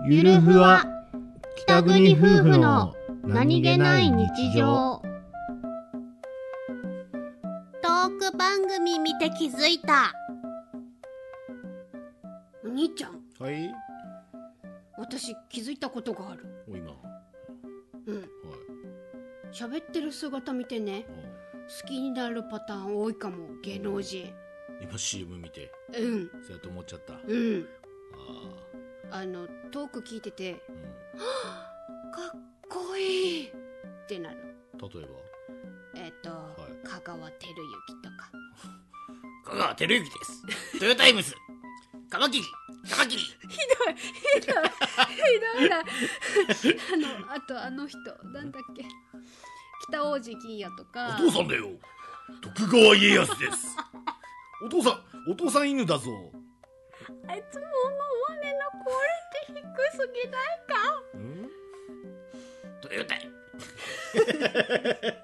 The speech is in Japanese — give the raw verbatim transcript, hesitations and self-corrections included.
ゆるふわ北国夫婦の何気ない日常。 トーク番組見て気づいた。お兄ちゃん、 はい。 私気づいたことがある。 お今うん、 はい。 喋ってる姿見てね、好きになるパターン多いかも、芸能人。 今 シーエム 見てうんそうやと思っちゃった。 うんああのトーク聞いてて、 ー、うん、 はぁかっこいいってなる。 例えばえっ、と、 い香川照之とか。 香川照之です。トヨタイムスカマキリカマキリ。 ひどいひどいひどいな。あのあとあの人なんだっけ、北大路欣也とか。 お父さんだよ、徳川家康です。お父さんお父さん犬だぞ。 あいつものまねのクオリティ低すぎないか。 んトヨタイ